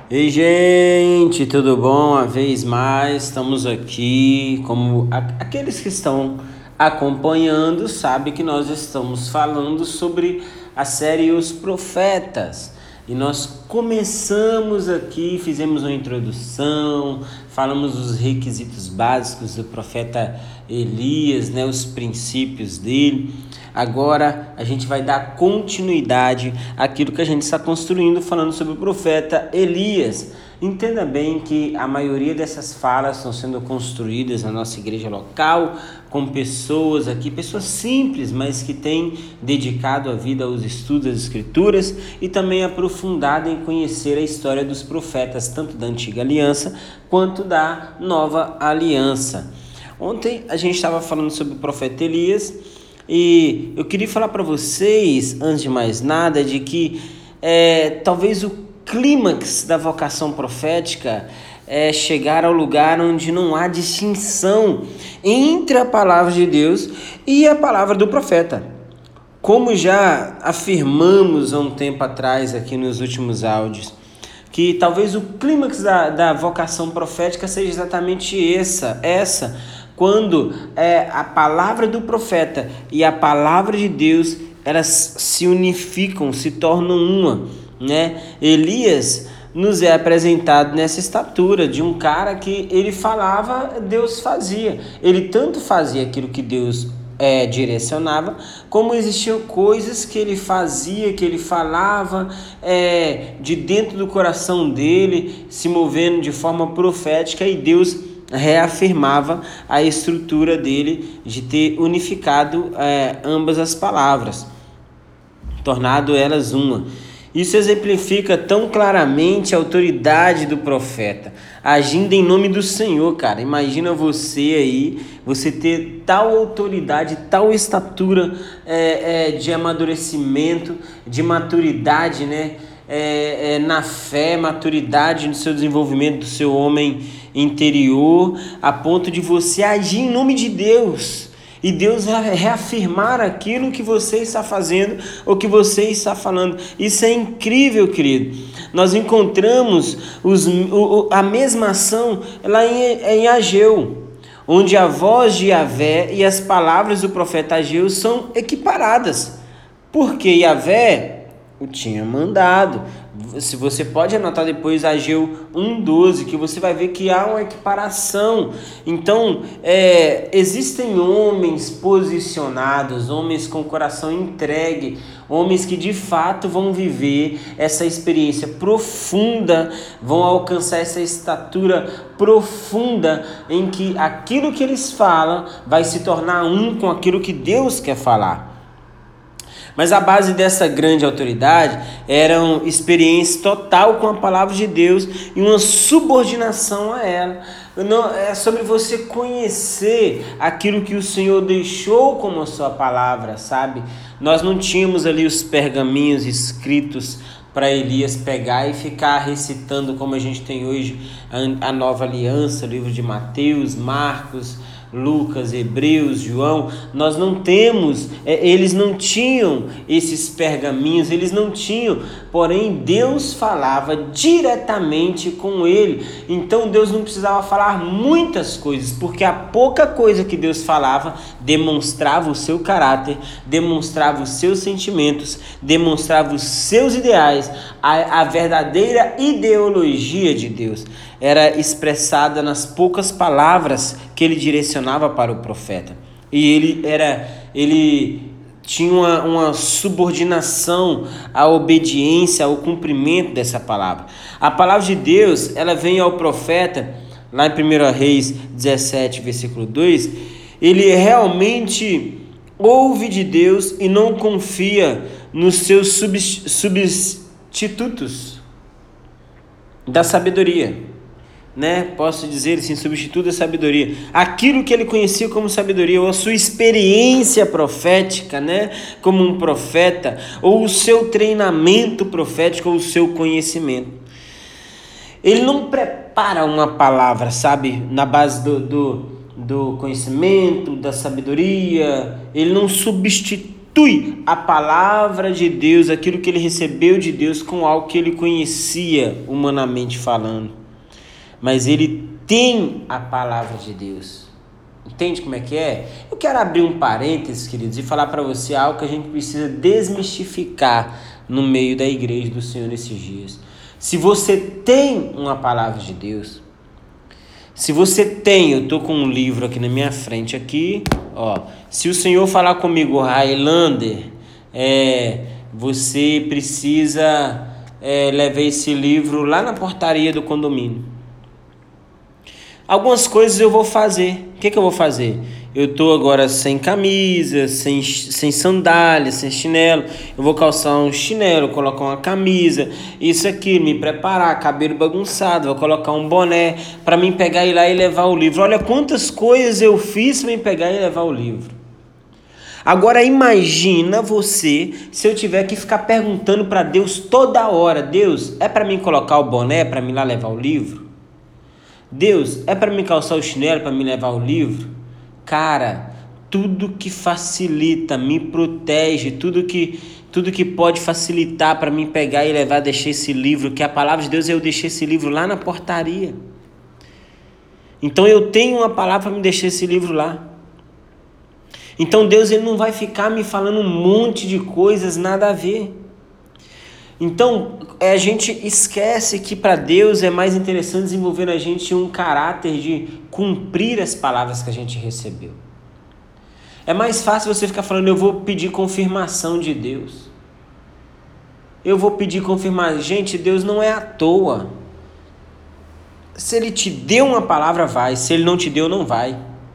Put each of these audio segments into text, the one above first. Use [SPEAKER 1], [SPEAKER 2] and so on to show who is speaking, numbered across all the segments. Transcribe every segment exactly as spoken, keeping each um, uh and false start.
[SPEAKER 1] Ei, gente, tudo bom? Uma vez mais, estamos aqui. Como a- aqueles que estão acompanhando, sabem que nós estamos falando sobre a série Os Profetas. E nós começamos aqui, fizemos uma introdução, falamos dos requisitos básicos do profeta Elias, né, os princípios dele. Agora a gente vai dar continuidade àquilo que a gente está construindo, falando sobre o profeta Elias. Entenda bem que a maioria dessas falas estão sendo construídas na nossa igreja local, com pessoas aqui, pessoas simples, mas que têm dedicado a vida aos estudos das Escrituras e também aprofundado em conhecer a história dos profetas, tanto da Antiga Aliança quanto da Nova Aliança. Ontem a gente estava falando sobre o profeta Elias e eu queria falar para vocês, antes de mais nada, de que é, talvez o clímax da vocação profética é chegar ao lugar onde não há distinção entre a palavra de Deus e a palavra do profeta. Como já afirmamos há um tempo atrás aqui nos últimos áudios, que talvez o clímax da, da vocação profética seja exatamente essa, essa quando é, a palavra do profeta e a palavra de Deus, elas se unificam, se tornam uma, né? Elias nos é apresentado nessa estatura de um cara que ele falava, Deus fazia. Ele tanto fazia aquilo que Deus é, direcionava, como existiam coisas que ele fazia, que ele falava é, de dentro do coração dele, se movendo de forma profética, e Deus reafirmava a estrutura dele de ter unificado é, ambas as palavras, tornado elas uma. Isso exemplifica tão claramente a autoridade do profeta, agindo em nome do Senhor, cara. Imagina você aí, você ter tal autoridade, tal estatura é, é, de amadurecimento, de maturidade, né? É, é, na fé, maturidade no seu desenvolvimento do seu homem interior, a ponto de você agir em nome de Deus e Deus reafirmar aquilo que você está fazendo ou que você está falando. Isso é incrível, querido. Nós encontramos os, o, a mesma ação lá em, em Ageu, onde a voz de Yahvé e as palavras do profeta Ageu são equiparadas, porque Yahvé o tinha mandado. Se você pode anotar depois Ageu um doze, que você vai ver que há uma equiparação. Então, é, existem homens posicionados, homens com o coração entregue, homens que de fato vão viver essa experiência profunda, vão alcançar essa estatura profunda em que aquilo que eles falam vai se tornar um com aquilo que Deus quer falar. Mas a base dessa grande autoridade era uma experiência total com a palavra de Deus e uma subordinação a ela. Não, é sobre você conhecer aquilo que o Senhor deixou como a sua palavra, sabe? Nós não tínhamos ali os pergaminhos escritos para Elias pegar e ficar recitando como a gente tem hoje a, a nova aliança, o livro de Mateus, Marcos, Lucas, Hebreus, João. Nós não temos, é, eles não tinham esses pergaminhos, eles não tinham, porém Deus falava diretamente com ele. Então Deus não precisava falar muitas coisas, porque a pouca coisa que Deus falava demonstrava o seu caráter, demonstrava os seus sentimentos, demonstrava os seus ideais, a, a verdadeira ideologia de Deus era expressada nas poucas palavras que ele direcionava para o profeta. E ele era, ele tinha uma, uma subordinação à obediência, ao cumprimento dessa palavra. A palavra de Deus, ela vem ao profeta, lá em primeiro Reis dezessete, versículo dois, ele realmente ouve de Deus e não confia nos seus substitutos da sabedoria. Né? Posso dizer assim, substituto da sabedoria, aquilo que ele conhecia como sabedoria, ou a sua experiência profética, né? Como um profeta, ou o seu treinamento profético, ou o seu conhecimento. Ele não prepara uma palavra, sabe, na base do, do, do conhecimento, da sabedoria. Ele não substitui substitui a palavra de Deus, aquilo que ele recebeu de Deus, com algo que ele conhecia humanamente falando. Mas ele tem a palavra de Deus. Entende como é que é? Eu quero abrir um parênteses, queridos, e falar para você algo que a gente precisa desmistificar no meio da igreja do Senhor nesses dias. Se você tem uma palavra de Deus, se você tem, eu estou com um livro aqui na minha frente, aqui, ó, se o Senhor falar comigo, Highlander, é, você precisa é, levar esse livro lá na portaria do condomínio. Algumas coisas eu vou fazer. O que, que eu vou fazer? Eu estou agora sem camisa, sem, sem sandália, sem chinelo. Eu vou calçar um chinelo, colocar uma camisa, isso aqui, me preparar, cabelo bagunçado, vou colocar um boné para mim pegar e ir lá e levar o livro. Olha quantas coisas eu fiz para mim pegar e levar o livro. Agora imagina você se eu tiver que ficar perguntando para Deus toda hora: Deus, é para mim colocar o boné para mim lá levar o livro? Deus, é para mim calçar o chinelo para mim levar o livro? Cara, tudo que facilita, me protege, tudo que, tudo que pode facilitar para mim pegar e levar, deixar esse livro, que a palavra de Deus é eu deixei esse livro lá na portaria. Então eu tenho uma palavra para me deixar esse livro lá. Então Deus, ele não vai ficar me falando um monte de coisas nada a ver. Então a gente esquece que para Deus é mais interessante desenvolver na gente um caráter de cumprir as palavras que a gente recebeu. É mais fácil você ficar falando: eu vou pedir confirmação de Deus. Eu vou pedir confirmação. Gente, Deus não é à toa. Se ele te deu uma palavra, vai. Se ele não te deu, não vai.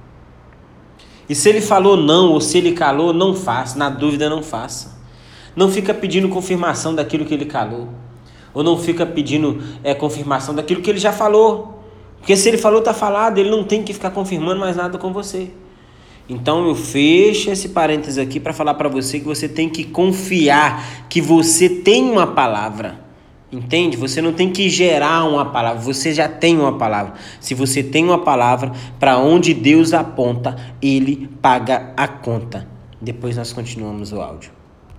[SPEAKER 1] E se ele falou não, ou se ele calou, não faça. Na dúvida, não faça. Não fica pedindo confirmação daquilo que ele calou. Ou não fica pedindo é, confirmação daquilo que ele já falou. Porque se ele falou, está falado. Ele não tem que ficar confirmando mais nada com você. Então eu fecho esse parênteses aqui para falar para você que você tem que confiar que você tem uma palavra. Entende? Você não tem que gerar uma palavra, você já tem uma palavra. Se você tem uma palavra, para onde Deus aponta, ele paga a conta. Depois nós continuamos o áudio.